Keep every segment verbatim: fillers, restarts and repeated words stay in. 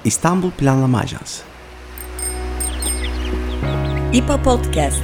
İstanbul Planlama Ajansı. İ P A Podcast.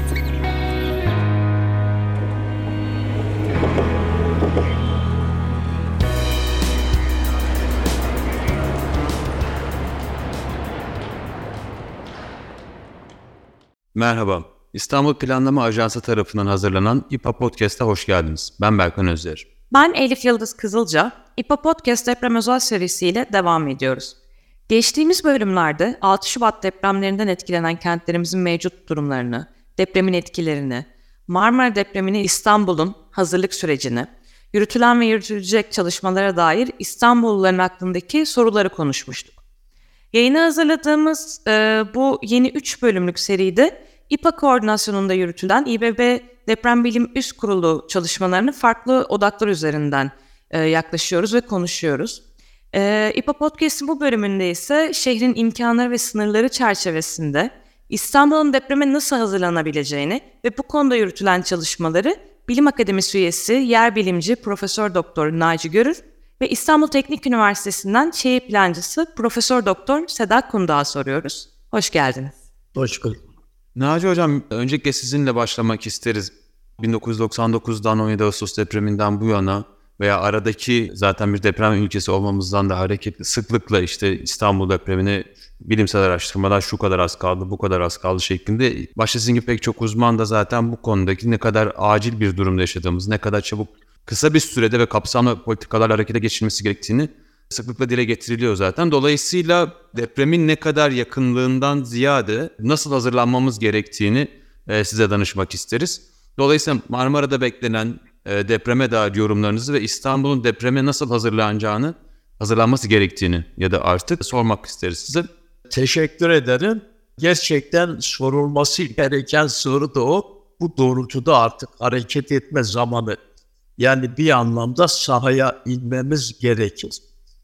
Merhaba, İstanbul Planlama Ajansı tarafından hazırlanan İ P A Podcast'a hoş geldiniz. Ben Berkan Özyer. Ben Elif Yıldız Kızılca. İ P A Podcast deprem özel serisiyle devam ediyoruz. Geçtiğimiz bölümlerde altı Şubat depremlerinden etkilenen kentlerimizin mevcut durumlarını, depremin etkilerini, Marmara depremini İstanbul'un hazırlık sürecini, yürütülen ve yürütülecek çalışmalara dair İstanbulluların aklındaki soruları konuşmuştuk. Yayını hazırladığımız e, bu yeni üç bölümlük seride İ P A koordinasyonunda yürütülen İ B B Deprem Bilim Üst Kurulu çalışmalarını farklı odaklar üzerinden e, yaklaşıyoruz ve konuşuyoruz. E, İ P A Podcast'ın bu bölümünde ise şehrin imkanları ve sınırları çerçevesinde İstanbul'un depreme nasıl hazırlanabileceğini ve bu konuda yürütülen çalışmaları Bilim Akademisi üyesi yer bilimci Profesör Doktor Naci Görür ve İstanbul Teknik Üniversitesi'nden şehir plancısı Profesör Doktor Seda Kundak'a soruyoruz. Hoş geldiniz. Hoş bulduk. Naci Hocam, öncelikle sizinle başlamak isteriz. bin dokuz yüz doksan dokuzdan on yedi Ağustos depreminden bu yana veya aradaki zaten bir deprem ülkesi olmamızdan da hareketli sıklıkla işte İstanbul depremini bilimsel araştırmalar şu kadar az kaldı, bu kadar az kaldı şeklinde. Başta sizin gibi pek çok uzman da zaten bu konudaki ne kadar acil bir durumda yaşadığımız, ne kadar çabuk kısa bir sürede ve kapsamlı politikalarla harekete geçilmesi gerektiğini sıklıkla dile getiriliyor zaten. Dolayısıyla depremin ne kadar yakınlığından ziyade nasıl hazırlanmamız gerektiğini e, size danışmak isteriz. Dolayısıyla Marmara'da beklenen e, depreme dair yorumlarınızı ve İstanbul'un depreme nasıl hazırlanacağını, hazırlanması gerektiğini ya da artık sormak isteriz size. Teşekkür ederim. Gerçekten sorulması gereken soru da o. Bu doğrultuda artık hareket etme zamanı. Yani bir anlamda sahaya inmemiz gerekir.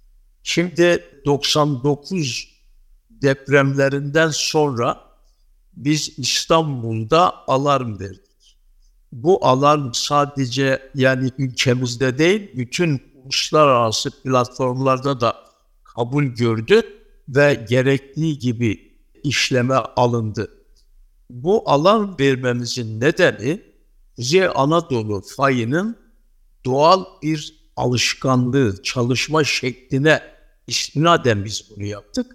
Şimdi doksan dokuz depremlerinden sonra biz İstanbul'da alarm verdik. Bu alarm sadece yani ülkemizde değil, bütün uluslararası platformlarda da kabul gördü ve gerektiği gibi işleme alındı. Bu alarm vermemizin nedeni Kuzey Anadolu fayının doğal bir alışkanlığı, çalışma şekline istinaden biz bunu yaptık.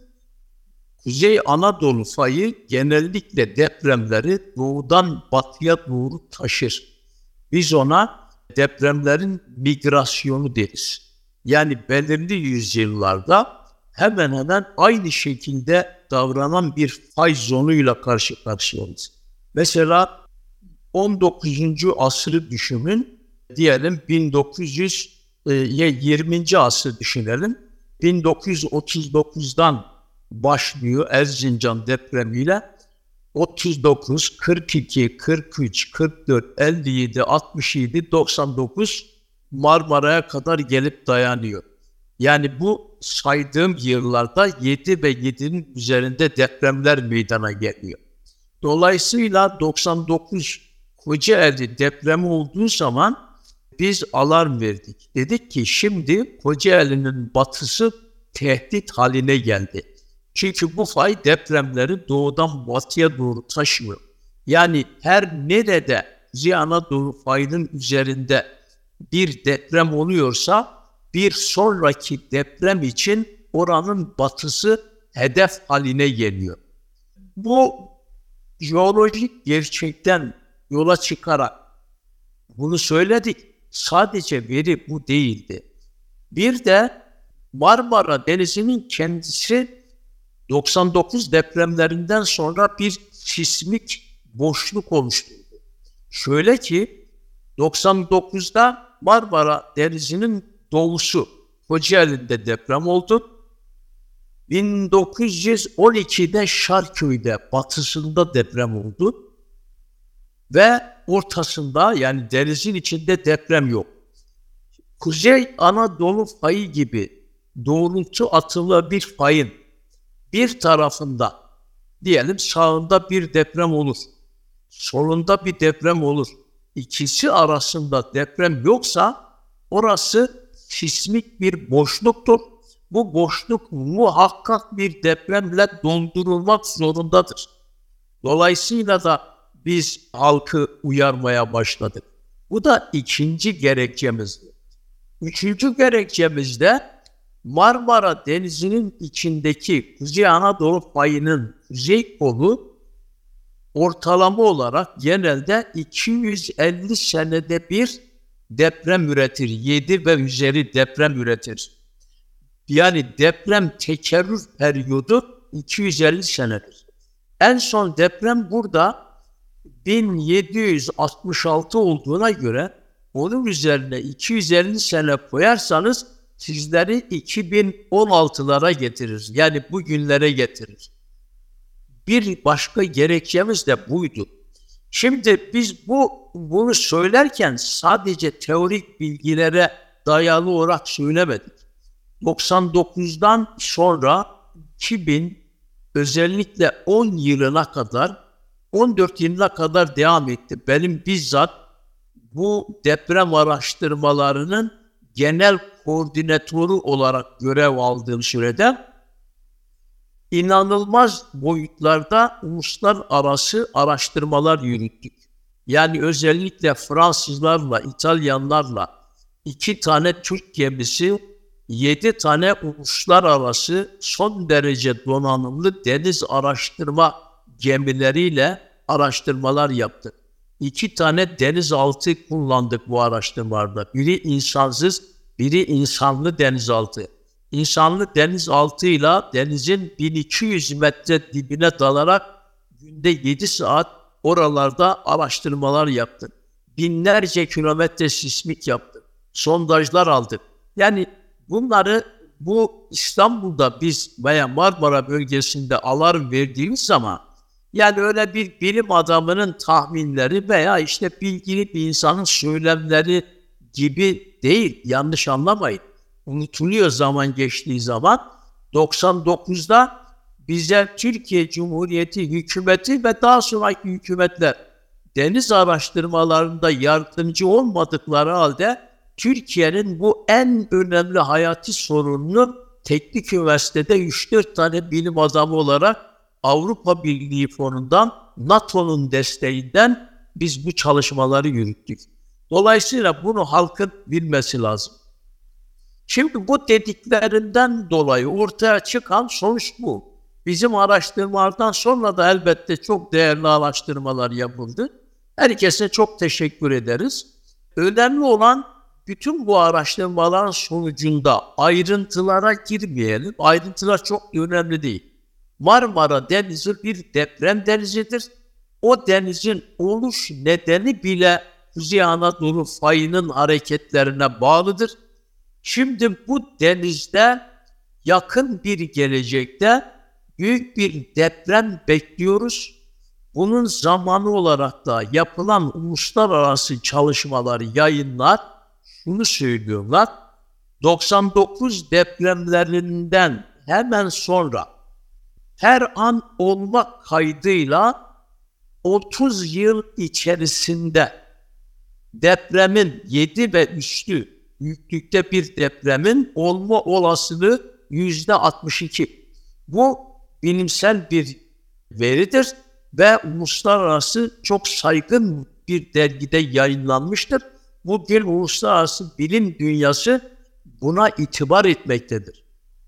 Kuzey Anadolu fayı genellikle depremleri doğudan batıya doğru taşır. Biz ona depremlerin migrasyonu deriz. Yani belirli yüzyıllarda hemen hemen aynı şekilde davranan bir fay zonuyla karşı karşıyayız. Mesela on dokuzuncu asrı düşünün, diyelim bin dokuz yüz yirminci asrı düşünelim. bin dokuz yüz otuz dokuzdan başlıyor Erzincan depremiyle. otuz dokuz, kırk iki, kırk üç, kırk dört, elli yedi, altmış yedi, doksan dokuz Marmara'ya kadar gelip dayanıyor. Yani bu saydığım yıllarda yedi ve yedinin üzerinde depremler meydana geliyor. Dolayısıyla doksan dokuz Kocaeli depremi olduğu zaman biz alarm verdik. Dedik ki şimdi Kocaeli'nin batısı tehdit haline geldi. Çünkü bu fay depremleri doğudan batıya doğru taşıyor. Yani her nerede Kuzey Anadolu fayının üzerinde bir deprem oluyorsa bir sonraki deprem için oranın batısı hedef haline geliyor. Bu jeolojik gerçekten yola çıkarak bunu söyledik. Sadece veri bu değildi. Bir de Marmara Denizi'nin kendisi doksan dokuz depremlerinden sonra bir sismik boşluk oluşturdu. Şöyle ki doksan dokuzda Marmara Denizi'nin doğusu Kocaeli'nde deprem oldu. bin dokuz yüz on ikide Şarköy'de batısında deprem oldu. Ve ortasında yani denizin içinde deprem yok. Kuzey Anadolu fayı gibi doğrultu atılı bir fayın bir tarafında diyelim sağında bir deprem olur. Solunda bir deprem olur. İkisi arasında deprem yoksa orası sismik bir boşluktur bu boşluk muhakkak bir depremle doldurulmak zorundadır. Dolayısıyla da biz halkı uyarmaya başladık. Bu da ikinci gerekçemizdi. Üçüncü gerekçemizde Marmara Denizi'nin içindeki Kuzey Anadolu payının kuzey kolu ortalama olarak genelde iki yüz elli senede bir deprem üretir. yedi ve üzeri deprem üretir. Yani deprem tekerrür periyodu iki yüz elli senedir. En son deprem burada bin yedi yüz altmış altı olduğuna göre onun üzerine iki yüz elli sene koyarsanız sizleri iki bin on altılara getirir. Yani bugünlere getirir. Bir başka gerekçemiz de buydu. Şimdi biz bu bunu söylerken sadece teorik bilgilere dayalı olarak söylemedik. doksan dokuzdan sonra iki bin özellikle on yılına kadar, on dört yılına kadar devam etti. Benim bizzat bu deprem araştırmalarının genel koordinatörü olarak görev aldığım sürede inanılmaz boyutlarda uluslararası araştırmalar yürüttük. Yani özellikle Fransızlarla, İtalyanlarla iki tane Türk gemisi, yedi tane uluslararası son derece donanımlı deniz araştırma gemileriyle araştırmalar yaptık. İki tane denizaltı kullandık bu araştırmalarda. Biri insansız, biri insanlı denizaltı. İnsanlı denizaltıyla denizin bin iki yüz metre dibine dalarak günde yedi saat oralarda araştırmalar yaptık. Binlerce kilometre sismik yaptık. Sondajlar aldık. Yani bunları bu İstanbul'da biz veya Marmara bölgesinde alarm verdiğimiz zaman yani öyle bir bilim adamının tahminleri veya işte bilgili bir insanın söylemleri gibi değil. Yanlış anlamayın. Unutuluyor zaman geçtiği zaman. doksan dokuzda bize Türkiye Cumhuriyeti hükümeti ve daha sonraki hükümetler deniz araştırmalarında yardımcı olmadıkları halde Türkiye'nin bu en önemli hayati sorununu teknik üniversitede üç dört tane bilim adamı olarak Avrupa Birliği fonundan, NATO'nun desteğinden biz bu çalışmaları yürüttük. Dolayısıyla bunu halkın bilmesi lazım. Şimdi bu dediklerinden dolayı ortaya çıkan sonuç bu. Bizim araştırmalardan sonra da elbette çok değerli araştırmalar yapıldı. Herkese çok teşekkür ederiz. Önemli olan bütün bu araştırmaların sonucunda ayrıntılara girmeyelim. Ayrıntılar çok önemli değil. Marmara Denizi bir deprem denizidir. O denizin oluş nedeni bile Kuzey Anadolu fayının hareketlerine bağlıdır. Şimdi bu denizde yakın bir gelecekte büyük bir deprem bekliyoruz. Bunun zamanı olarak da yapılan uluslararası çalışmalar, yayınlar şunu söylüyorlar. doksan dokuz depremlerinden hemen sonra her an olmak kaydıyla otuz yıl içerisinde depremin yedi ve üstü büyüklükte bir depremin olma olasılığı yüzde altmış iki. Bu bilimsel bir veridir ve uluslararası çok saygın bir dergide yayınlanmıştır. Bugün uluslararası bilim dünyası buna itibar etmektedir.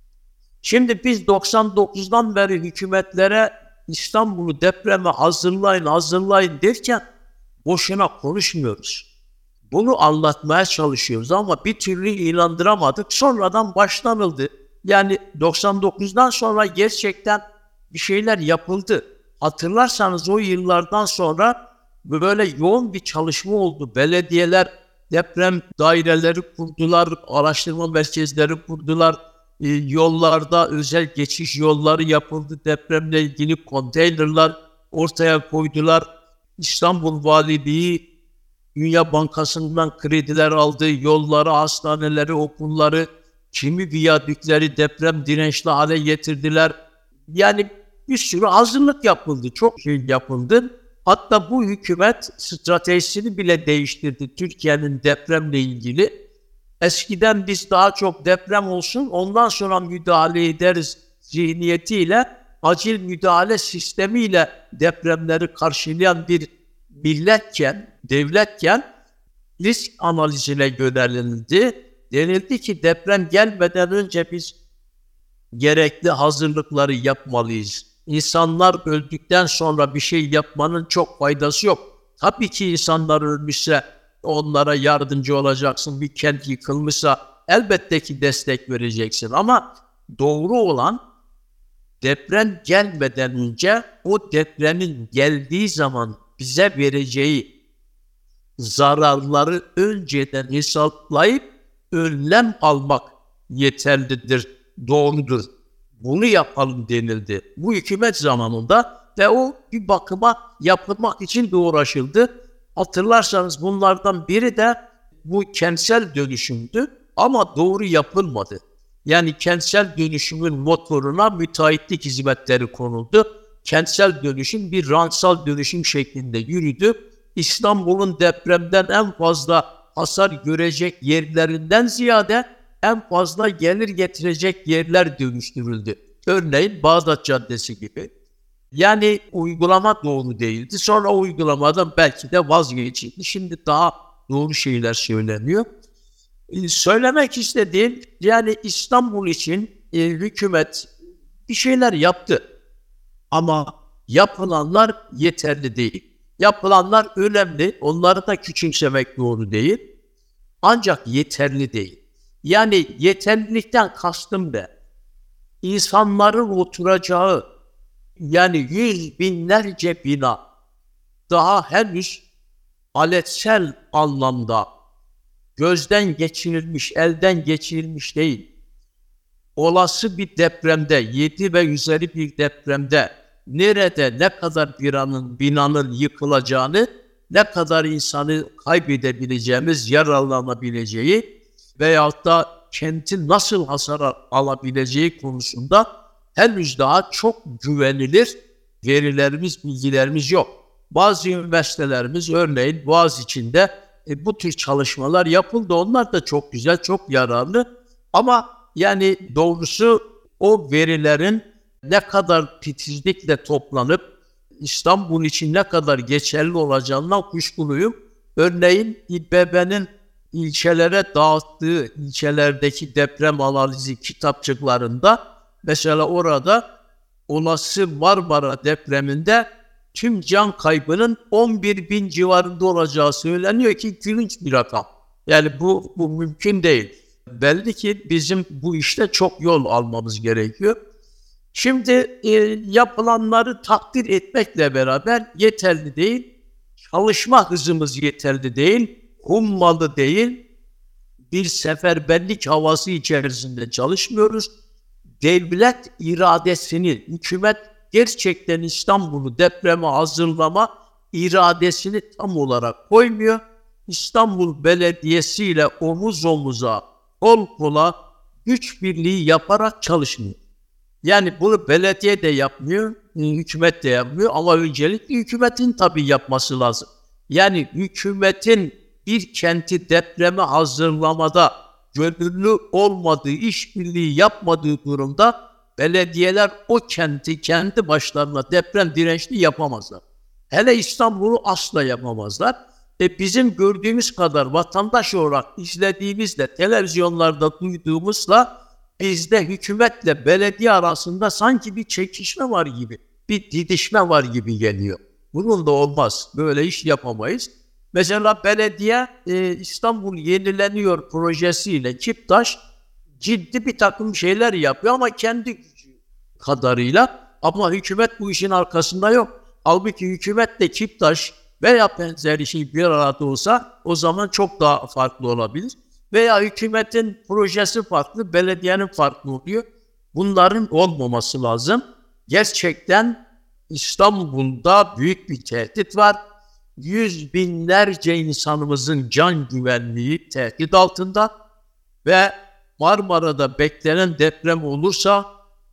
Şimdi biz doksan dokuzdan beri hükümetlere İstanbul'u depreme hazırlayın, hazırlayın derken boşuna konuşmuyoruz. Bunu anlatmaya çalışıyoruz ama bir türlü inandıramadık. Sonradan başlanıldı. Yani doksan dokuzdan sonra gerçekten bir şeyler yapıldı. Hatırlarsanız o yıllardan sonra böyle yoğun bir çalışma oldu. Belediyeler deprem daireleri kurdular, araştırma merkezleri kurdular. E, yollarda özel geçiş yolları yapıldı. Depremle ilgili konteynerler ortaya koydular. İstanbul Valiliği Dünya Bankası'ndan krediler aldı. Yolları, hastaneleri, okulları, kimi viyadükleri deprem dirençli hale getirdiler. Yani bir sürü hazırlık yapıldı. Çok şey yapıldı. Hatta bu hükümet stratejisini bile değiştirdi Türkiye'nin depremle ilgili. eskiden biz daha çok deprem olsun ondan sonra müdahale ederiz zihniyetiyle, acil müdahale sistemiyle depremleri karşılayan bir milletken, devletken risk analizine yönelildi. Denildi ki deprem gelmeden önce biz gerekli hazırlıkları yapmalıyız. İnsanlar öldükten sonra bir şey yapmanın çok faydası yok. Tabii ki insanlar ölmüşse onlara yardımcı olacaksın. Bir kent yıkılmışsa elbette ki destek vereceksin. Ama doğru olan deprem gelmeden önce o depremin geldiği zaman bize vereceği zararları önceden hesaplayıp önlem almak yeterlidir, doğrudur. Bunu yapalım denildi. Bu hükümet zamanında ve o bir bakıma yapılmak için de uğraşıldı. Hatırlarsanız bunlardan biri de bu kentsel dönüşümdü ama doğru yapılmadı. Yani kentsel dönüşümün motoruna müteahhitlik hizmetleri konuldu. Kentsel dönüşüm bir rantsal dönüşüm şeklinde yürüdü. İstanbul'un depremden en fazla hasar görecek yerlerinden ziyade en fazla gelir getirecek yerler dönüştürüldü. Örneğin Bağdat Caddesi gibi. Yani uygulama doğru değildi. Sonra uygulamadan belki de vazgeçildi. Şimdi daha doğru şeyler söyleniyor. Ee, söylemek istediğim, yani İstanbul için e, hükümet bir şeyler yaptı. Ama yapılanlar yeterli değil. Yapılanlar önemli. Onları da küçümsemek doğru değil. Ancak yeterli değil. Yani yeterlilikten kastım da insanların oturacağı, yani yüz binlerce bina daha henüz aletsel anlamda gözden geçirilmiş, elden geçirilmiş değil. Olası bir depremde, yedi ve üzeri bir depremde nerede ne kadar binanın, binanın yıkılacağını, ne kadar insanı kaybedebileceğimiz, yararlanabileceği veyahut da kentin nasıl hasar alabileceği konusunda henüz daha çok güvenilir verilerimiz, bilgilerimiz yok. Bazı üniversitelerimiz, örneğin Boğaziçi'nde e, bu tür çalışmalar yapıldı. Onlar da çok güzel, çok yararlı. Ama yani doğrusu o verilerin ne kadar titizlikle toplanıp İstanbul için ne kadar geçerli olacağından kuşkuluyum. Örneğin İ B B'nin ilçelere dağıttığı ilçelerdeki deprem analizi kitapçıklarında mesela orada olası Marmara depreminde tüm can kaybının on bir bin civarında olacağı söyleniyor ki gülünç bir rakam. Yani bu, bu mümkün değil. Belli ki bizim bu işte çok yol almamız gerekiyor. Şimdi e, yapılanları takdir etmekle beraber yeterli değil. Çalışma hızımız yeterli değil. Hummalı değil. Bir seferberlik havası içerisinde çalışmıyoruz. Devlet iradesini, hükümet gerçekten İstanbul'u depreme hazırlama iradesini tam olarak koymuyor. İstanbul Belediyesi ile omuz omuza, kol kola güç birliği yaparak çalışmıyor. Yani bunu belediye de yapmıyor, hükümet de yapmıyor ama öncelikle hükümetin tabii yapması lazım. Yani hükümetin bir kenti depreme hazırlamada gönüllü olmadığı, işbirliği yapmadığı durumda belediyeler o kenti kendi başlarına deprem dirençli yapamazlar. Hele İstanbul'u asla yapamazlar. E bizim gördüğümüz kadar vatandaş olarak izlediğimizle, televizyonlarda duyduğumuzla bizde hükümetle belediye arasında sanki bir çekişme var gibi, bir didişme var gibi geliyor. Bunun da olmaz. Böyle iş yapamayız. Mesela belediye e, İstanbul Yenileniyor projesiyle Kiptaş ciddi bir takım şeyler yapıyor ama kendi gücü kadarıyla, ama hükümet bu işin arkasında yok. Halbuki hükümet de Kiptaş veya benzeri şey bir arada olsa o zaman çok daha farklı olabilir. Veya hükümetin projesi farklı, belediyenin farklı oluyor. Bunların olmaması lazım. Gerçekten İstanbul'da büyük bir tehdit var. Yüz binlerce insanımızın can güvenliği tehdit altında ve Marmara'da beklenen deprem olursa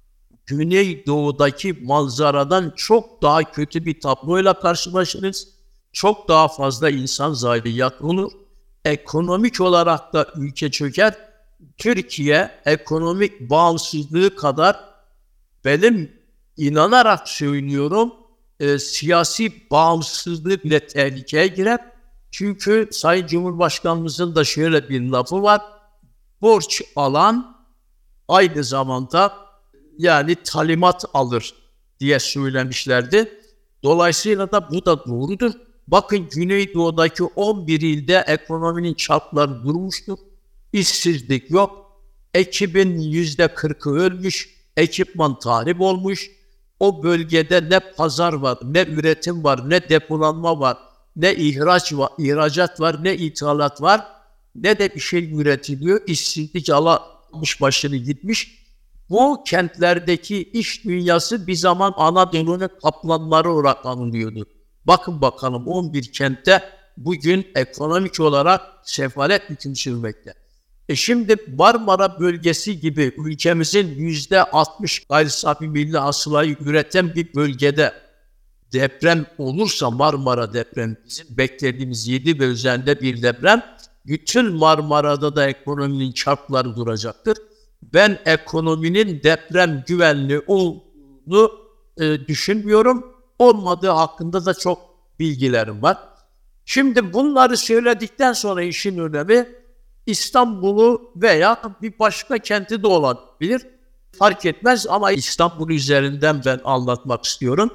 Güneydoğu'daki manzaradan çok daha kötü bir tabloyla karşılaşırız. Çok daha fazla insan zayiat olur. ekonomik olarak da ülke çöker. Türkiye ekonomik bağımsızlığı kadar benim inanarak söylüyorum e, siyasi bağımsızlık bile tehlikeye girer. Çünkü Sayın Cumhurbaşkanımızın da şöyle bir lafı var. Borç alan aynı zamanda yani talimat alır diye söylemişlerdi. Dolayısıyla da bu da doğrudur. Bakın Güneydoğu'daki on bir ilde ekonominin çarkları durmuştur. İşsizlik yok. Ekibin yüzde kırkı ölmüş. Ekipman tahrip olmuş. O bölgede ne pazar var, ne üretim var, ne depolanma var, ne ihraç var, ihracat var, ne ithalat var, ne de bir şey üretiliyor. İşsizlik almış başını gitmiş. Bu kentlerdeki iş dünyası bir zaman Anadolu'nun kaplanları olarak anılıyordu. Bakın bakalım on bir kentte bugün ekonomik olarak sefalet hüküm sürmekte. E şimdi Marmara bölgesi gibi ülkemizin yüzde altmış gayri safi milli hasılayı üreten bir bölgede deprem olursa Marmara depremi bizim beklediğimiz yedi ve üzerinde bir deprem bütün Marmara'da da ekonominin çarkları duracaktır. Ben ekonominin deprem güvenli olduğunu e, düşünmüyorum. Olmadığı hakkında da çok bilgilerim var. Şimdi bunları söyledikten sonra işin önemi İstanbul'u veya bir başka kenti de olabilir. Fark etmez ama İstanbul üzerinden ben anlatmak istiyorum.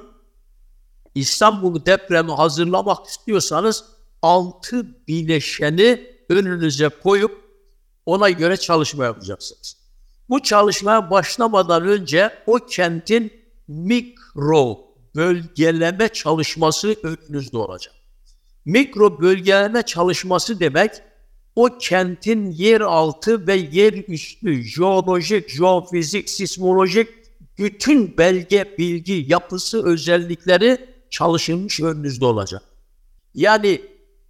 İstanbul'u depremi hazırlamak istiyorsanız altı bileşeni önünüze koyup ona göre çalışma yapacaksınız. Bu çalışmaya başlamadan önce o kentin mikro bölgeleme çalışması önünüzde olacak. Mikro bölgeleme çalışması demek o kentin yeraltı ve yerüstü, jeolojik, jeofizik, sismolojik bütün belge, bilgi, yapısı, özellikleri çalışılmış önünüzde olacak. Yani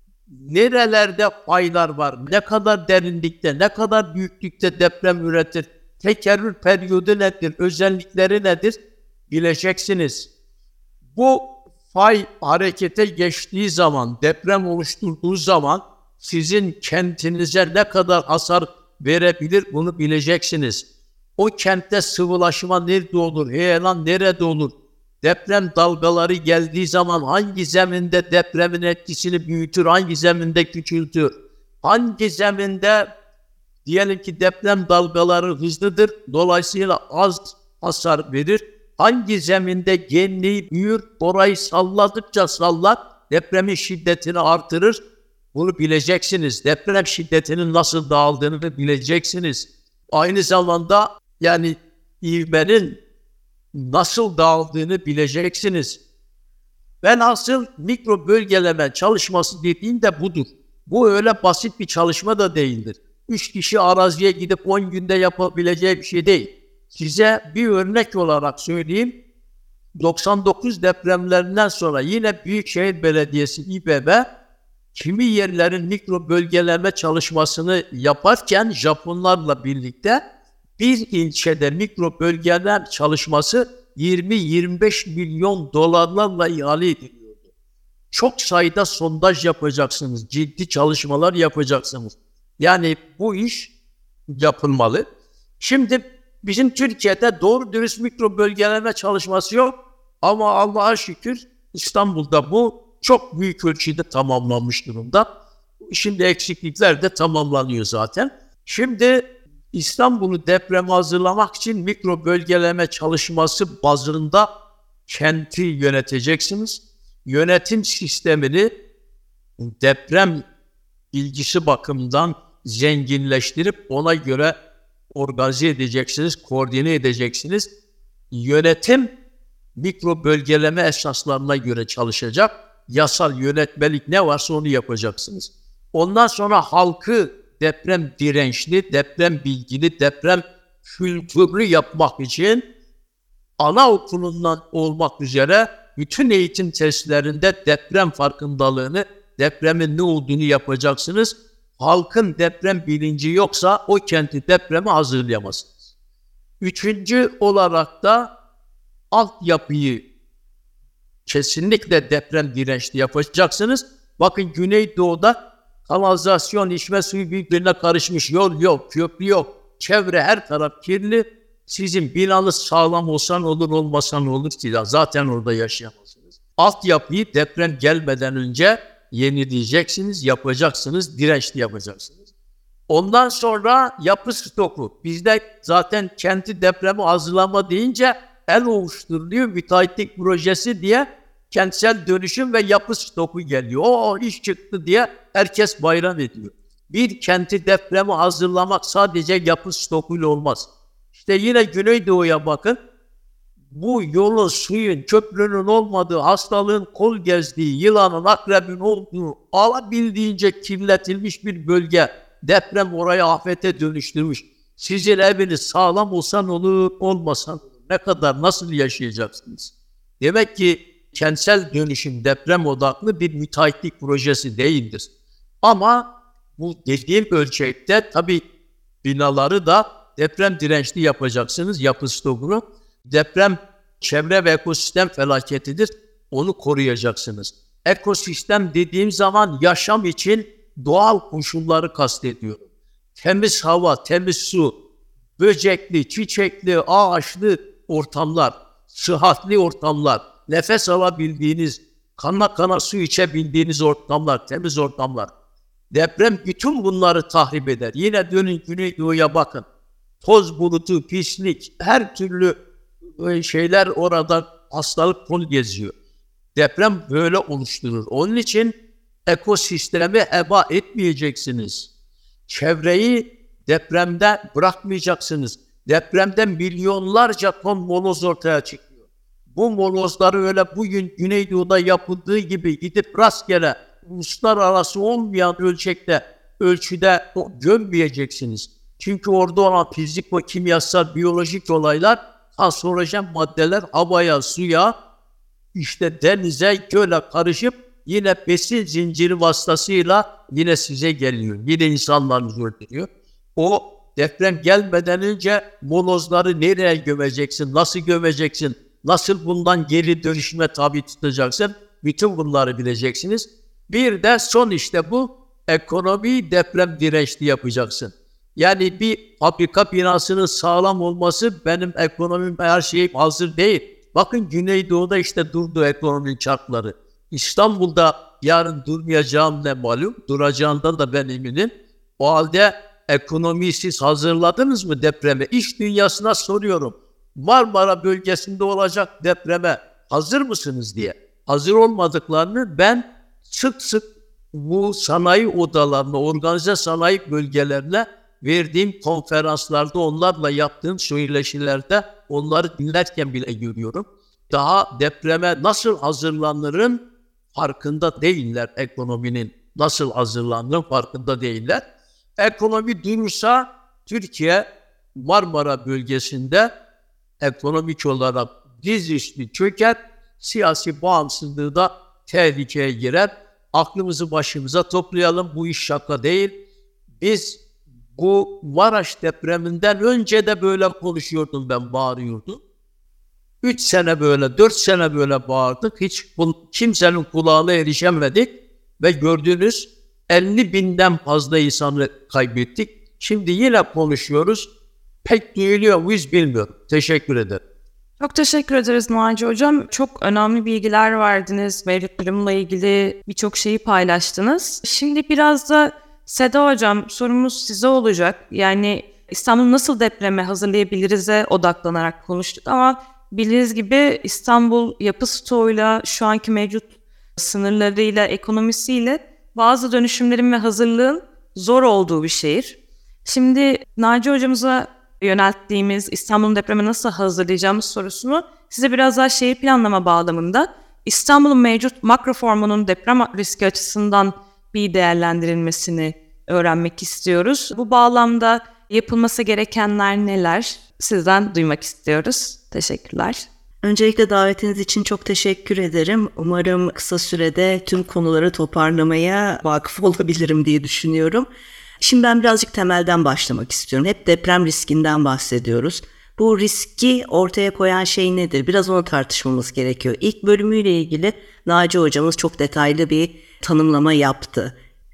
nerelerde faylar var, ne kadar derinlikte, ne kadar büyüklükte deprem üretir, tekerrür periyodu nedir, özellikleri nedir bileceksiniz. Bu fay harekete geçtiği zaman, deprem oluşturduğu zaman sizin kentinize ne kadar hasar verebilir bunu bileceksiniz. O kentte sıvılaşma nerede olur, heyelan nerede olur, deprem dalgaları geldiği zaman hangi zeminde depremin etkisini büyütür, hangi zeminde küçültür, hangi zeminde diyelim ki deprem dalgaları hızlıdır, dolayısıyla az hasar verir, hangi zeminde genliği büyür, orayı salladıkça sallar, depremin şiddetini artırır. Bunu bileceksiniz. Deprem şiddetinin nasıl dağıldığını bileceksiniz. Aynı zamanda yani ivmenin nasıl dağıldığını bileceksiniz. Ben asıl mikro bölgeleme çalışması dediğim de budur. Bu öyle basit bir çalışma da değildir. Üç kişi araziye gidip on günde yapabileceği bir şey değil. Size bir örnek olarak söyleyeyim. doksan dokuz depremlerinden sonra yine Büyükşehir Belediyesi İ B B kimi yerlerin mikro bölgeleme çalışmasını yaparken Japonlarla birlikte bir ilçede mikro bölgeleme çalışması yirmi yirmi beş milyon dolarlarla ihale ediliyordu. Çok sayıda sondaj yapacaksınız, ciddi çalışmalar yapacaksınız. Yani bu iş yapılmalı. Şimdi bizim Türkiye'de doğru dürüst mikro bölgeleme çalışması yok ama Allah'a şükür İstanbul'da bu çok büyük ölçüde tamamlanmış durumda. Şimdi eksiklikler de tamamlanıyor zaten. Şimdi İstanbul'u depreme hazırlamak için mikro bölgeleme çalışması bazında kenti yöneteceksiniz. Yönetim sistemini deprem bilgisi bakımından zenginleştirip ona göre organize edeceksiniz, koordine edeceksiniz. Yönetim mikro bölgeleme esaslarına göre çalışacak. Yasal yönetmelik ne varsa onu yapacaksınız. Ondan sonra halkı deprem dirençli, deprem bilgili, deprem kültürlü yapmak için anaokulundan olmak üzere bütün eğitim testlerinde deprem farkındalığını, depremin ne olduğunu yapacaksınız. Halkın deprem bilinci yoksa o kenti depreme hazırlayamazsınız. Üçüncü olarak da altyapıyı kesinlikle deprem dirençli yapacaksınız. Bakın Güneydoğu'da kanalizasyon, içme suyu birbirine karışmış, yol yok, köprü yok. Çevre her taraf kirli. Sizin binanız sağlam olsan olur, olmasan olur ki zaten orada yaşayamazsınız. Altyapıyı deprem gelmeden önce yenileyeceksiniz, yapacaksınız, dirençli yapacaksınız. Ondan sonra yapı stoku. Bizde zaten kenti depremi hazırlama deyince el ovuşturuluyor, müteahhitlik projesi diye kentsel dönüşüm ve yapı stoku geliyor. O iş çıktı diye herkes bayram ediyor. Bir kenti depremi hazırlamak sadece yapı stokuyla olmaz. İşte yine Güneydoğu'ya bakın. Bu yolun, suyun, köprünün olmadığı, hastalığın kol gezdiği, yılanın, akrebin olduğu, alabildiğince kirletilmiş bir bölge. Deprem orayı afete dönüştürmüş. Sizin eviniz sağlam olsan olur, olmasan olur. Ne kadar, nasıl yaşayacaksınız? Demek ki kentsel dönüşüm deprem odaklı bir müteahhitlik projesi değildir. Ama bu dediğim ölçekte tabii binaları da deprem dirençli yapacaksınız, yapı stokunu. Deprem çevre ve ekosistem felaketidir, onu koruyacaksınız. Ekosistem dediğim zaman yaşam için doğal koşulları kastediyorum. Temiz hava, temiz su, böcekli, çiçekli, ağaçlı ortamlar, sıhhatli ortamlar, nefes alabildiğiniz, kana kana su içebildiğiniz ortamlar, temiz ortamlar. Deprem bütün bunları tahrip eder. Yine dönün Güneydoğu'ya bakın. Toz bulutu, pislik, her türlü şeyler orada, hastalık kol geziyor. Deprem böyle oluşturur. Onun için ekosistemi heba etmeyeceksiniz. Çevreyi depremde bırakmayacaksınız. Depremde milyonlarca ton moloz ortaya çıkıyor. Bu molozları öyle bugün Güneydoğu'da yapıldığı gibi gidip rastgele uluslararası olmayan ölçekte, ölçüde gömmeyeceksiniz. Çünkü orada olan fizik ve kimyasal, biyolojik olaylar, kanserojen maddeler havaya, suya, işte denize, göle karışıp yine besin zinciri vasıtasıyla yine size geliyor. Yine insanlarınızı öldürüyor. O deprem gelmeden önce molozları nereye gömeceksin, nasıl gömeceksin, nasıl bundan geri dönüşüme tabi tutacaksın, bütün bunları bileceksiniz. Bir de son işte bu, ekonomiyi deprem dirençli yapacaksın. Yani bir fabrika binasının sağlam olması, benim ekonomim, her şeyim hazır değil. Bakın Güneydoğu'da işte durdu ekonominin çarkları. İstanbul'da yarın durmayacağım ne malum, duracağından da ben eminim. O halde ekonomiyi siz hazırladınız mı depreme? İş dünyasına soruyorum. Marmara bölgesinde olacak depreme hazır mısınız diye. Hazır olmadıklarını ben sık sık bu sanayi odalarına, organize sanayi bölgelerine verdiğim konferanslarda, onlarla yaptığım söyleşilerde onları dinlerken bile görüyorum. Daha depreme nasıl hazırlanırın farkında değiller, ekonominin nasıl hazırlandığının farkında değiller. Ekonomi durursa Türkiye Marmara bölgesinde ekonomik olarak dizüstü çöker, siyasi bağımsızlığı da tehlikeye girer. Aklımızı başımıza toplayalım, bu iş şaka değil. Biz bu Maraş depreminden önce de böyle konuşuyordum, ben bağırıyordum. Üç sene böyle, dört sene böyle bağırdık. Hiç bu, kimsenin kulağına erişemedik. Ve gördüğünüz elli binden fazla insanı kaybettik. Şimdi yine konuşuyoruz. Pek duyuluyor muyuz bilmiyorum. Teşekkür ederim. Çok teşekkür ederiz Naci Hocam. Çok önemli bilgiler verdiniz. Mevcut durumla ilgili birçok şeyi paylaştınız. Şimdi biraz da Seda Hocam, sorumuz size olacak. Yani İstanbul'u nasıl depreme hazırlayabiliriz'e odaklanarak konuştuk ama bildiğiniz gibi İstanbul yapı stoğuyla, şu anki mevcut sınırlarıyla, ekonomisiyle bazı dönüşümlerin ve hazırlığın zor olduğu bir şehir. Şimdi Naci Hocamıza yönelttiğimiz İstanbul'un depreme nasıl hazırlayacağımız sorusunu size biraz daha şehir planlama bağlamında İstanbul'un mevcut makro formunun deprem riski açısından bir değerlendirilmesini öğrenmek istiyoruz. Bu bağlamda yapılması gerekenler neler? Sizden duymak istiyoruz. Teşekkürler. Öncelikle davetiniz için çok teşekkür ederim. Umarım kısa sürede tüm konuları toparlamaya vakıf olabilirim diye düşünüyorum. Şimdi ben birazcık temelden başlamak istiyorum. Hep deprem riskinden bahsediyoruz. Bu riski ortaya koyan şey nedir? Biraz onu tartışmamız gerekiyor. İlk bölümüyle ilgili Naci hocamız çok detaylı bir tanımlama yaptı.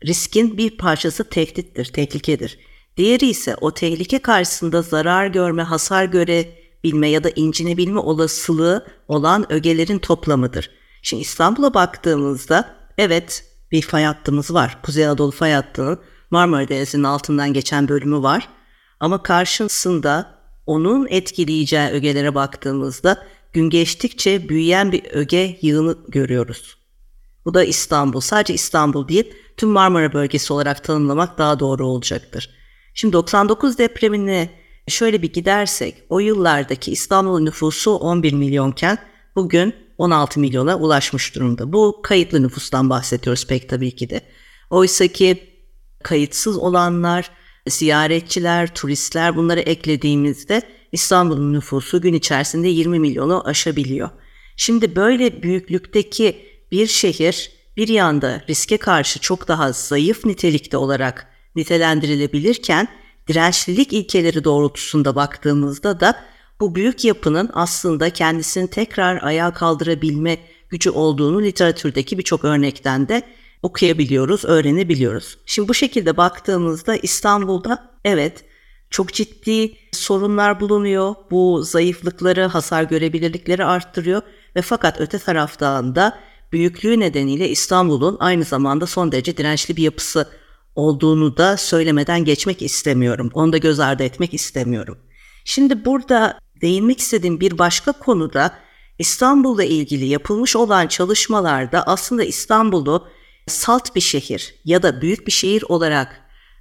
riskin bir parçası tehdittir, tehlikedir. Diğeri ise o tehlike karşısında zarar görme, hasar görebilme ya da incinebilme olasılığı olan ögelerin toplamıdır. Şimdi İstanbul'a baktığımızda evet bir fay hattımız var. Kuzey Anadolu fay hattının Marmara Denizi'nin altından geçen bölümü var. Ama karşısında onun etkileyeceği ögelere baktığımızda gün geçtikçe büyüyen bir öge yığını görüyoruz. Bu da İstanbul. Sadece İstanbul değil, tüm Marmara bölgesi olarak tanımlamak daha doğru olacaktır. Şimdi doksan dokuz depremine şöyle bir gidersek, o yıllardaki İstanbul'un nüfusu on bir milyonken bugün on altı milyona ulaşmış durumda. Bu kayıtlı nüfustan bahsediyoruz pek tabii ki de. Oysa ki kayıtsız olanlar, ziyaretçiler, turistler, bunları eklediğimizde İstanbul'un nüfusu gün içerisinde yirmi milyonu aşabiliyor. Şimdi böyle büyüklükteki bir şehir bir yanda riske karşı çok daha zayıf nitelikte olarak nitelendirilebilirken dirençlilik ilkeleri doğrultusunda baktığımızda da bu büyük yapının aslında kendisini tekrar ayağa kaldırabilme gücü olduğunu literatürdeki birçok örnekten de okuyabiliyoruz, öğrenebiliyoruz. Şimdi bu şekilde baktığımızda İstanbul'da evet çok ciddi sorunlar bulunuyor. Bu zayıflıkları, hasar görebilirlikleri arttırıyor ve fakat öte taraftan da büyüklüğü nedeniyle İstanbul'un aynı zamanda son derece dirençli bir yapısı olduğunu da söylemeden geçmek istemiyorum. Onu da göz ardı etmek istemiyorum. Şimdi burada değinmek istediğim bir başka konuda İstanbul'la ilgili yapılmış olan çalışmalarda aslında İstanbul'u salt bir şehir ya da büyük bir şehir olarak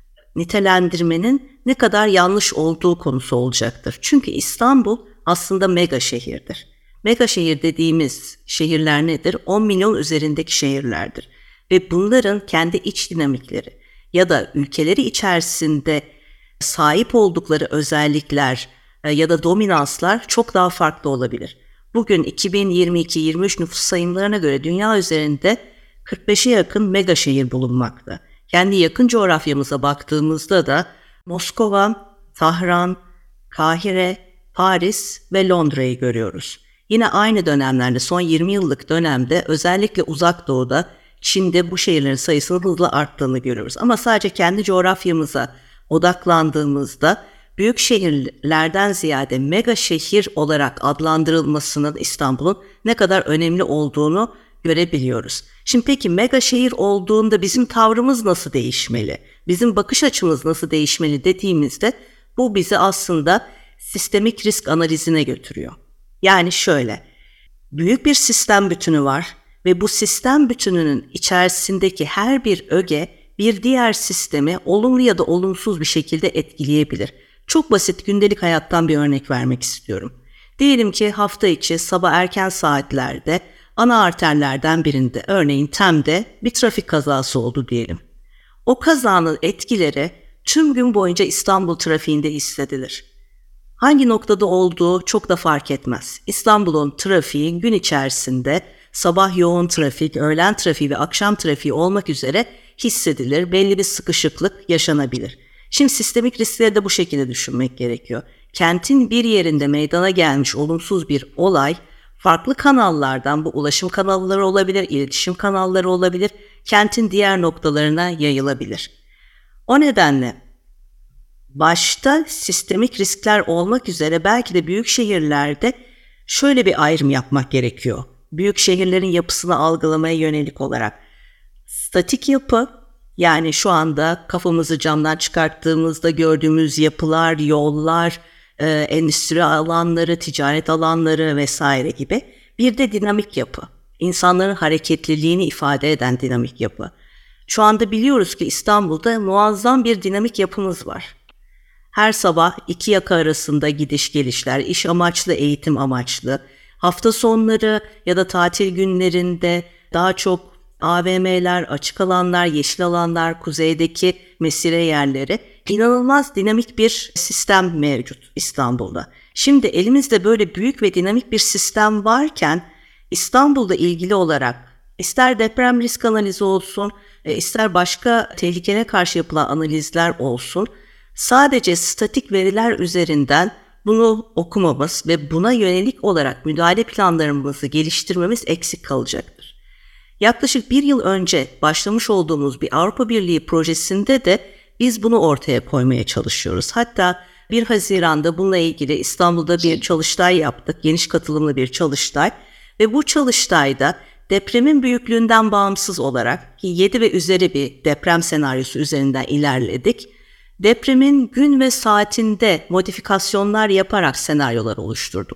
nitelendirmenin ne kadar yanlış olduğu konusu olacaktır. Çünkü İstanbul aslında mega şehirdir. Mega şehir dediğimiz şehirler nedir? on milyon üzerindeki şehirlerdir. Ve bunların kendi iç dinamikleri ya da ülkeleri içerisinde sahip oldukları özellikler ya da dominanslar çok daha farklı olabilir. Bugün iki bin yirmi iki yirmi üç nüfus sayımlarına göre dünya üzerinde kırk beşe yakın mega şehir bulunmakta. Kendi yakın coğrafyamıza baktığımızda da Moskova, Tahran, Kahire, Paris ve Londra'yı görüyoruz. Yine aynı dönemlerde son yirmi yıllık dönemde özellikle Uzak Doğu'da Çin'de bu şehirlerin sayısının hızla arttığını görüyoruz. Ama sadece kendi coğrafyamıza odaklandığımızda büyük şehirlerden ziyade mega şehir olarak adlandırılmasının İstanbul'un ne kadar önemli olduğunu görebiliyoruz. Şimdi peki mega şehir olduğunda bizim tavrımız nasıl değişmeli? Bizim bakış açımız nasıl değişmeli dediğimizde bu bizi aslında sistemik risk analizine götürüyor. Yani şöyle, büyük bir sistem bütünü var ve bu sistem bütününün içerisindeki her bir öge bir diğer sistemi olumlu ya da olumsuz bir şekilde etkileyebilir. Çok basit gündelik hayattan bir örnek vermek istiyorum. Diyelim ki hafta içi sabah erken saatlerde ana arterlerden birinde, örneğin Tem'de bir trafik kazası oldu diyelim. O kazanın etkileri tüm gün boyunca İstanbul trafiğinde hissedilir. Hangi noktada olduğu çok da fark etmez. İstanbul'un trafiği gün içerisinde sabah yoğun trafik, öğlen trafiği ve akşam trafiği olmak üzere hissedilir. Belli bir sıkışıklık yaşanabilir. Şimdi sistemik riskleri de bu şekilde düşünmek gerekiyor. Kentin bir yerinde meydana gelmiş olumsuz bir olay, farklı kanallardan, bu ulaşım kanalları olabilir, iletişim kanalları olabilir, kentin diğer noktalarına yayılabilir. O nedenle başta sistemik riskler olmak üzere belki de büyük şehirlerde şöyle bir ayrım yapmak gerekiyor. Büyük şehirlerin yapısını algılamaya yönelik olarak. Statik yapı, yani şu anda kafamızı camdan çıkarttığımızda gördüğümüz yapılar, yollar, e, endüstri alanları, ticaret alanları vesaire gibi. Bir de dinamik yapı, insanların hareketliliğini ifade eden dinamik yapı. Şu anda biliyoruz ki İstanbul'da muazzam bir dinamik yapımız var. Her sabah iki yaka arasında gidiş gelişler, iş amaçlı, eğitim amaçlı, hafta sonları ya da tatil günlerinde daha çok A V M'ler, açık alanlar, yeşil alanlar, kuzeydeki mesire yerleri, inanılmaz dinamik bir sistem mevcut İstanbul'da. Şimdi elimizde böyle büyük ve dinamik bir sistem varken İstanbul'da ilgili olarak ister deprem risk analizi olsun, ister başka tehlikelere karşı yapılan analizler olsun, sadece statik veriler üzerinden bunu okumamız ve buna yönelik olarak müdahale planlarımızı geliştirmemiz eksik kalacaktır. Yaklaşık bir yıl önce başlamış olduğumuz bir Avrupa Birliği projesinde de biz bunu ortaya koymaya çalışıyoruz. Hatta bir Haziran'da bununla ilgili İstanbul'da bir çalıştay yaptık, geniş katılımlı bir çalıştay ve bu çalıştayda depremin büyüklüğünden bağımsız olarak ki yedi ve üzeri bir deprem senaryosu üzerinden ilerledik. Depremin gün ve saatinde modifikasyonlar yaparak senaryolar oluşturduk.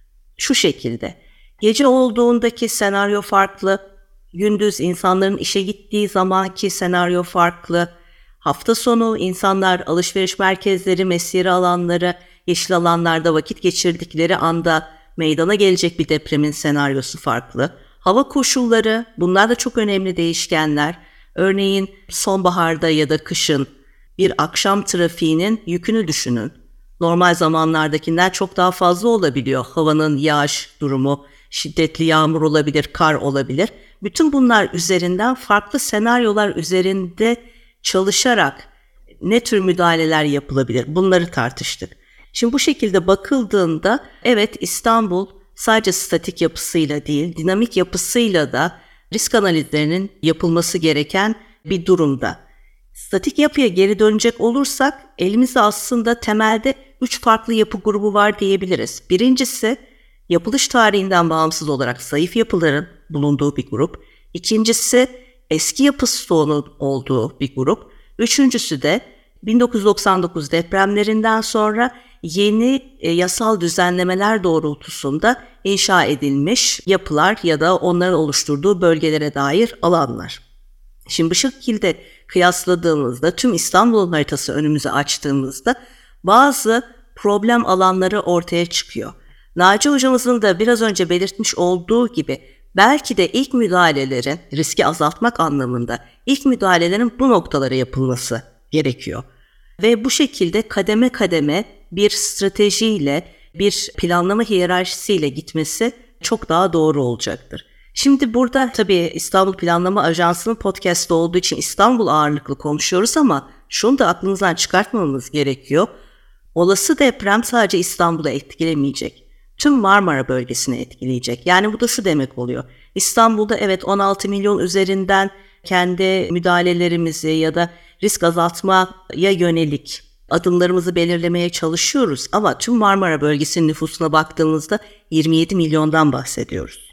Şu şekilde, gece olduğundaki senaryo farklı, gündüz insanların işe gittiği zamanki senaryo farklı, hafta sonu insanlar alışveriş merkezleri, mesire alanları, yeşil alanlarda vakit geçirdikleri anda meydana gelecek bir depremin senaryosu farklı. Hava koşulları, bunlar da çok önemli değişkenler. Örneğin sonbaharda ya da kışın bir akşam trafiğinin yükünü düşünün. Normal zamanlardakinden çok daha fazla olabiliyor. Havanın yağış durumu, şiddetli yağmur olabilir, kar olabilir. Bütün bunlar üzerinden farklı senaryolar üzerinde çalışarak ne tür müdahaleler yapılabilir? Bunları tartıştık. Şimdi bu şekilde bakıldığında evet İstanbul sadece statik yapısıyla değil, dinamik yapısıyla da risk analizlerinin yapılması gereken bir durumda. Statik yapıya geri dönecek olursak elimizde aslında temelde üç farklı yapı grubu var diyebiliriz. Birincisi yapılış tarihinden bağımsız olarak zayıf yapıların bulunduğu bir grup. İkincisi eski yapı stoğunun olduğu bir grup. Üçüncüsü de bin dokuz yüz doksan dokuz depremlerinden sonra yeni e, yasal düzenlemeler doğrultusunda inşa edilmiş yapılar ya da onların oluşturduğu bölgelere dair alanlar. Şimdi bu şekilde kıyasladığımızda tüm İstanbul'un haritası önümüze açtığımızda bazı problem alanları ortaya çıkıyor. Naci hocamızın da biraz önce belirtmiş olduğu gibi belki de ilk müdahalelerin riski azaltmak anlamında ilk müdahalelerin bu noktalara yapılması gerekiyor. Ve bu şekilde kademe kademe bir stratejiyle, bir planlama hiyerarşisiyle gitmesi çok daha doğru olacaktır. Şimdi burada tabii İstanbul Planlama Ajansı'nın podcast'ı olduğu için İstanbul ağırlıklı konuşuyoruz ama şunu da aklınızdan çıkartmamamız gerekiyor. Olası deprem sadece İstanbul'u etkilemeyecek. Tüm Marmara bölgesini etkileyecek. Yani bu da şu demek oluyor. İstanbul'da evet on altı milyon üzerinden kendi müdahalelerimizi ya da risk azaltmaya yönelik adımlarımızı belirlemeye çalışıyoruz. Ama tüm Marmara bölgesinin nüfusuna baktığımızda yirmi yedi milyondan bahsediyoruz.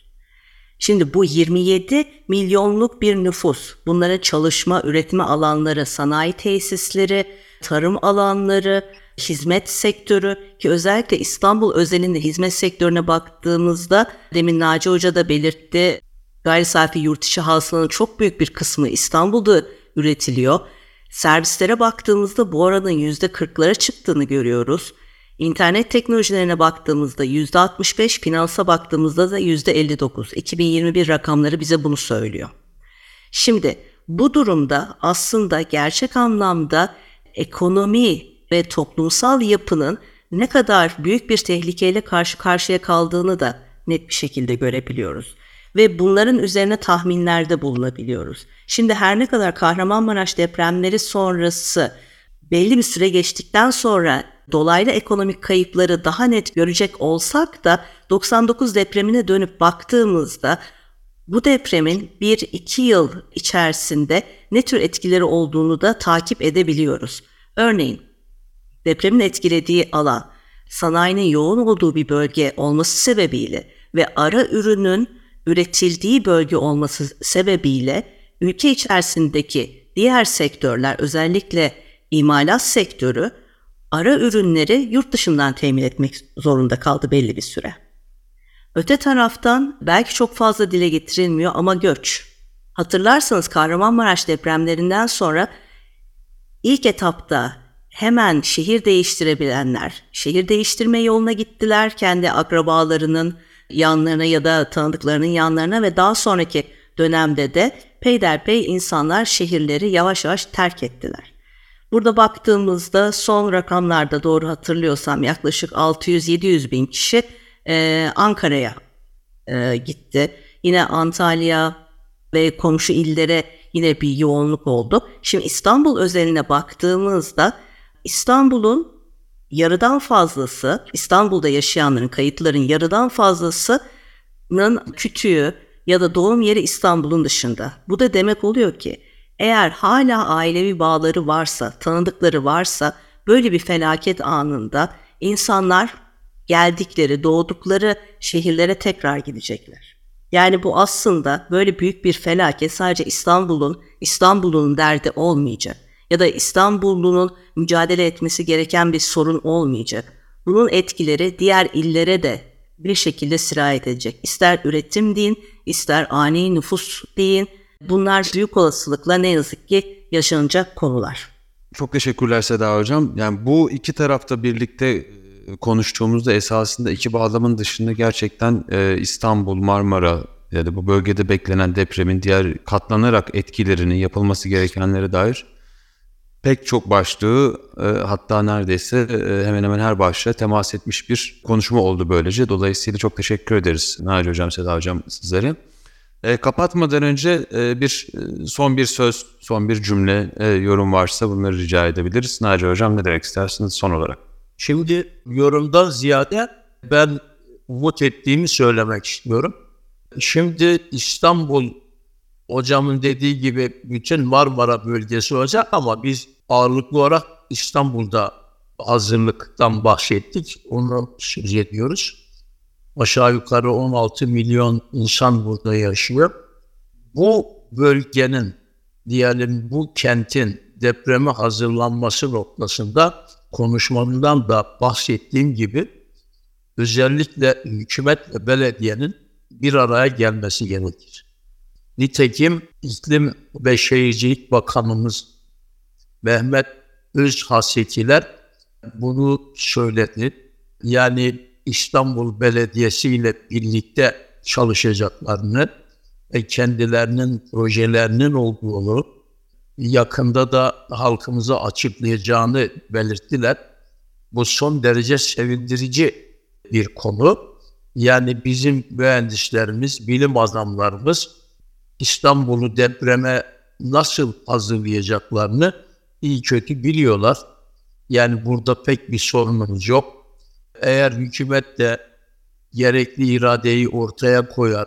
Şimdi bu yirmi yedi milyonluk bir nüfus, bunların çalışma, üretme alanları, sanayi tesisleri, tarım alanları, hizmet sektörü ki özellikle İstanbul özelinde hizmet sektörüne baktığımızda demin Naci Hoca da belirtti, gayri safi yurt içi hasılanın çok büyük bir kısmı İstanbul'da üretiliyor. Servislere baktığımızda bu oranın yüzde kırklara çıktığını görüyoruz. İnternet teknolojilerine baktığımızda yüzde altmış beş, finansa baktığımızda da yüzde elli dokuz. iki bin yirmi bir rakamları bize bunu söylüyor. Şimdi bu durumda aslında gerçek anlamda ekonomi ve toplumsal yapının ne kadar büyük bir tehlikeyle karşı karşıya kaldığını da net bir şekilde görebiliyoruz. Ve bunların üzerine tahminlerde bulunabiliyoruz. Şimdi her ne kadar Kahramanmaraş depremleri sonrası belli bir süre geçtikten sonra dolaylı ekonomik kayıpları daha net görecek olsak da doksan dokuz depremine dönüp baktığımızda bu depremin bir iki yıl içerisinde ne tür etkileri olduğunu da takip edebiliyoruz. Örneğin depremin etkilediği alan sanayinin yoğun olduğu bir bölge olması sebebiyle ve ara ürünün üretildiği bölge olması sebebiyle ülke içerisindeki diğer sektörler özellikle imalat sektörü ara ürünleri yurt dışından temin etmek zorunda kaldı belli bir süre. Öte taraftan belki çok fazla dile getirilmiyor ama göç. Hatırlarsanız Kahramanmaraş depremlerinden sonra ilk etapta hemen şehir değiştirebilenler, şehir değiştirme yoluna gittiler kendi akrabalarının yanlarına ya da tanıdıklarının yanlarına ve daha sonraki dönemde de peyderpey insanlar şehirleri yavaş yavaş terk ettiler. Burada baktığımızda son rakamlarda doğru hatırlıyorsam yaklaşık altı yüz yedi yüz bin kişi e, Ankara'ya e, gitti. Yine Antalya ve komşu illere yine bir yoğunluk oldu. Şimdi İstanbul özeline baktığımızda İstanbul'un yarıdan fazlası, İstanbul'da yaşayanların, kayıtların yarıdan fazlasının kütüğü ya da doğum yeri İstanbul'un dışında. Bu da demek oluyor ki eğer hala ailevi bağları varsa, tanıdıkları varsa böyle bir felaket anında insanlar geldikleri, doğdukları şehirlere tekrar gidecekler. Yani bu aslında böyle büyük bir felaket sadece İstanbul'un, İstanbul'un derdi olmayacak. Ya da İstanbullunun mücadele etmesi gereken bir sorun olmayacak. Bunun etkileri diğer illere de bir şekilde sirayet edecek. İster üretim deyin, ister ani nüfus deyin. Bunlar büyük olasılıkla ne yazık ki yaşanacak konular. Çok teşekkürler Seda Hocam. Yani bu iki tarafta birlikte konuştuğumuzda esasında iki bağlamın dışında gerçekten İstanbul, Marmara ya da bu bölgede beklenen depremin diğer katlanarak etkilerini, yapılması gerekenlere dair pek çok başlığı, hatta neredeyse hemen hemen her başlığa temas etmiş bir konuşma oldu böylece. Dolayısıyla çok teşekkür ederiz Naci Hocam, Seda Hocam sizlere. E, kapatmadan önce e, bir e, son bir söz, son bir cümle, e, yorum varsa bunları rica edebiliriz. Naci Hocam ne demek istersiniz son olarak? Şimdi yorumdan ziyade ben umut ettiğimi söylemek istiyorum. Şimdi İstanbul, hocamın dediği gibi bütün Marmara bölgesi olacak ama biz ağırlıklı olarak İstanbul'da hazırlıktan bahsettik. Onu söz ediyoruz. Aşağı yukarı on altı milyon insan burada yaşıyor. Bu bölgenin, diyelim bu kentin depreme hazırlanması noktasında konuşmamdan da bahsettiğim gibi özellikle hükümet ve belediyenin bir araya gelmesi gerekir. Nitekim İklim ve Şehircilik Bakanımız Mehmet Özhasetiler bunu söyledi. Yani İstanbul Belediyesi ile birlikte çalışacaklarını ve kendilerinin projelerinin olduğunu yakında da halkımıza açıklayacağını belirttiler. Bu son derece sevindirici bir konu. Yani bizim mühendislerimiz, bilim adamlarımız İstanbul'u depreme nasıl hazırlayacaklarını iyi kötü biliyorlar. Yani burada pek bir sorunumuz yok. Eğer hükümet de gerekli iradeyi ortaya koyar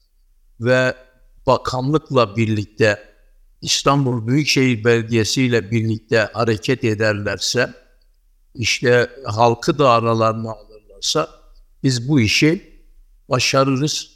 ve bakanlıkla birlikte İstanbul Büyükşehir Belediyesi ile birlikte hareket ederlerse, işte halkı da aralarına alırlarsa biz bu işi başarırız.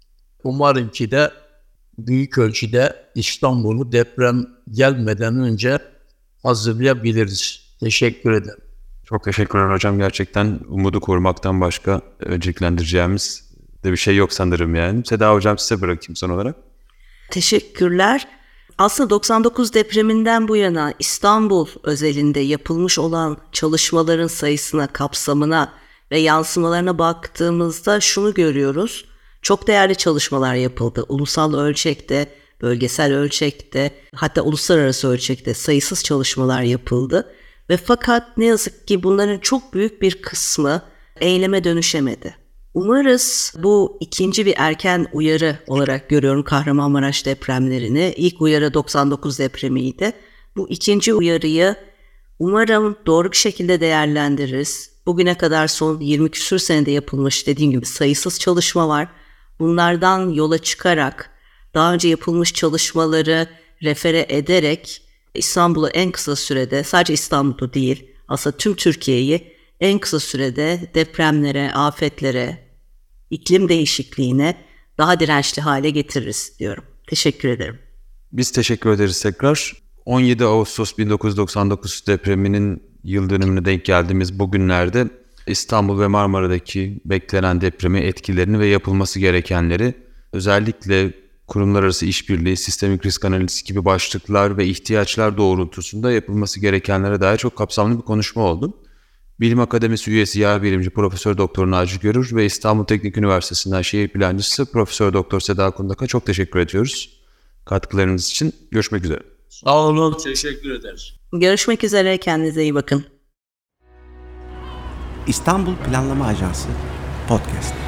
Umarım ki de büyük ölçüde İstanbul'u deprem gelmeden önce hazırlayabiliriz. Teşekkür ederim. Çok teşekkürler hocam. Gerçekten umudu korumaktan başka önceliklendireceğimiz de bir şey yok sanırım yani. Seda Hocam size bırakayım son olarak. Teşekkürler. Aslında doksan dokuz depreminden bu yana İstanbul özelinde yapılmış olan çalışmaların sayısına, kapsamına ve yansımalarına baktığımızda şunu görüyoruz. Çok değerli çalışmalar yapıldı. Ulusal ölçekte, bölgesel ölçekte, hatta uluslararası ölçekte sayısız çalışmalar yapıldı. Ve fakat ne yazık ki bunların çok büyük bir kısmı eyleme dönüşemedi. Umarız bu ikinci bir erken uyarı olarak görüyorum Kahramanmaraş depremlerini. İlk uyarı doksan dokuz depremiydi. Bu ikinci uyarıyı umarım doğru bir şekilde değerlendiririz. Bugüne kadar son yirmi küsur senede yapılmış dediğim gibi sayısız çalışma var. Bunlardan yola çıkarak daha önce yapılmış çalışmaları refere ederek İstanbul'u en kısa sürede, sadece İstanbul'u değil aslında tüm Türkiye'yi en kısa sürede depremlere, afetlere, iklim değişikliğine daha dirençli hale getiririz diyorum. Teşekkür ederim. Biz teşekkür ederiz tekrar. on yedi Ağustos bin dokuz yüz doksan dokuz depreminin yıl dönümüne denk geldiğimiz bu günlerde İstanbul ve Marmara'daki beklenen depremi, etkilerini ve yapılması gerekenleri, özellikle kurumlar arası işbirliği, sistemik risk analizi gibi başlıklar ve ihtiyaçlar doğrultusunda yapılması gerekenlere dair çok kapsamlı bir konuşma oldu. Bilim Akademisi üyesi Yağ Bilimci Profesör Doktor Naci Görür ve İstanbul Teknik Üniversitesi'nden şehir plancısı Profesör Doktor Seda Kundak'a çok teşekkür ediyoruz katkılarınız için. Görüşmek üzere. Sağ olun, teşekkür ederiz. Görüşmek üzere, kendinize iyi bakın. İstanbul Planlama Ajansı Podcast.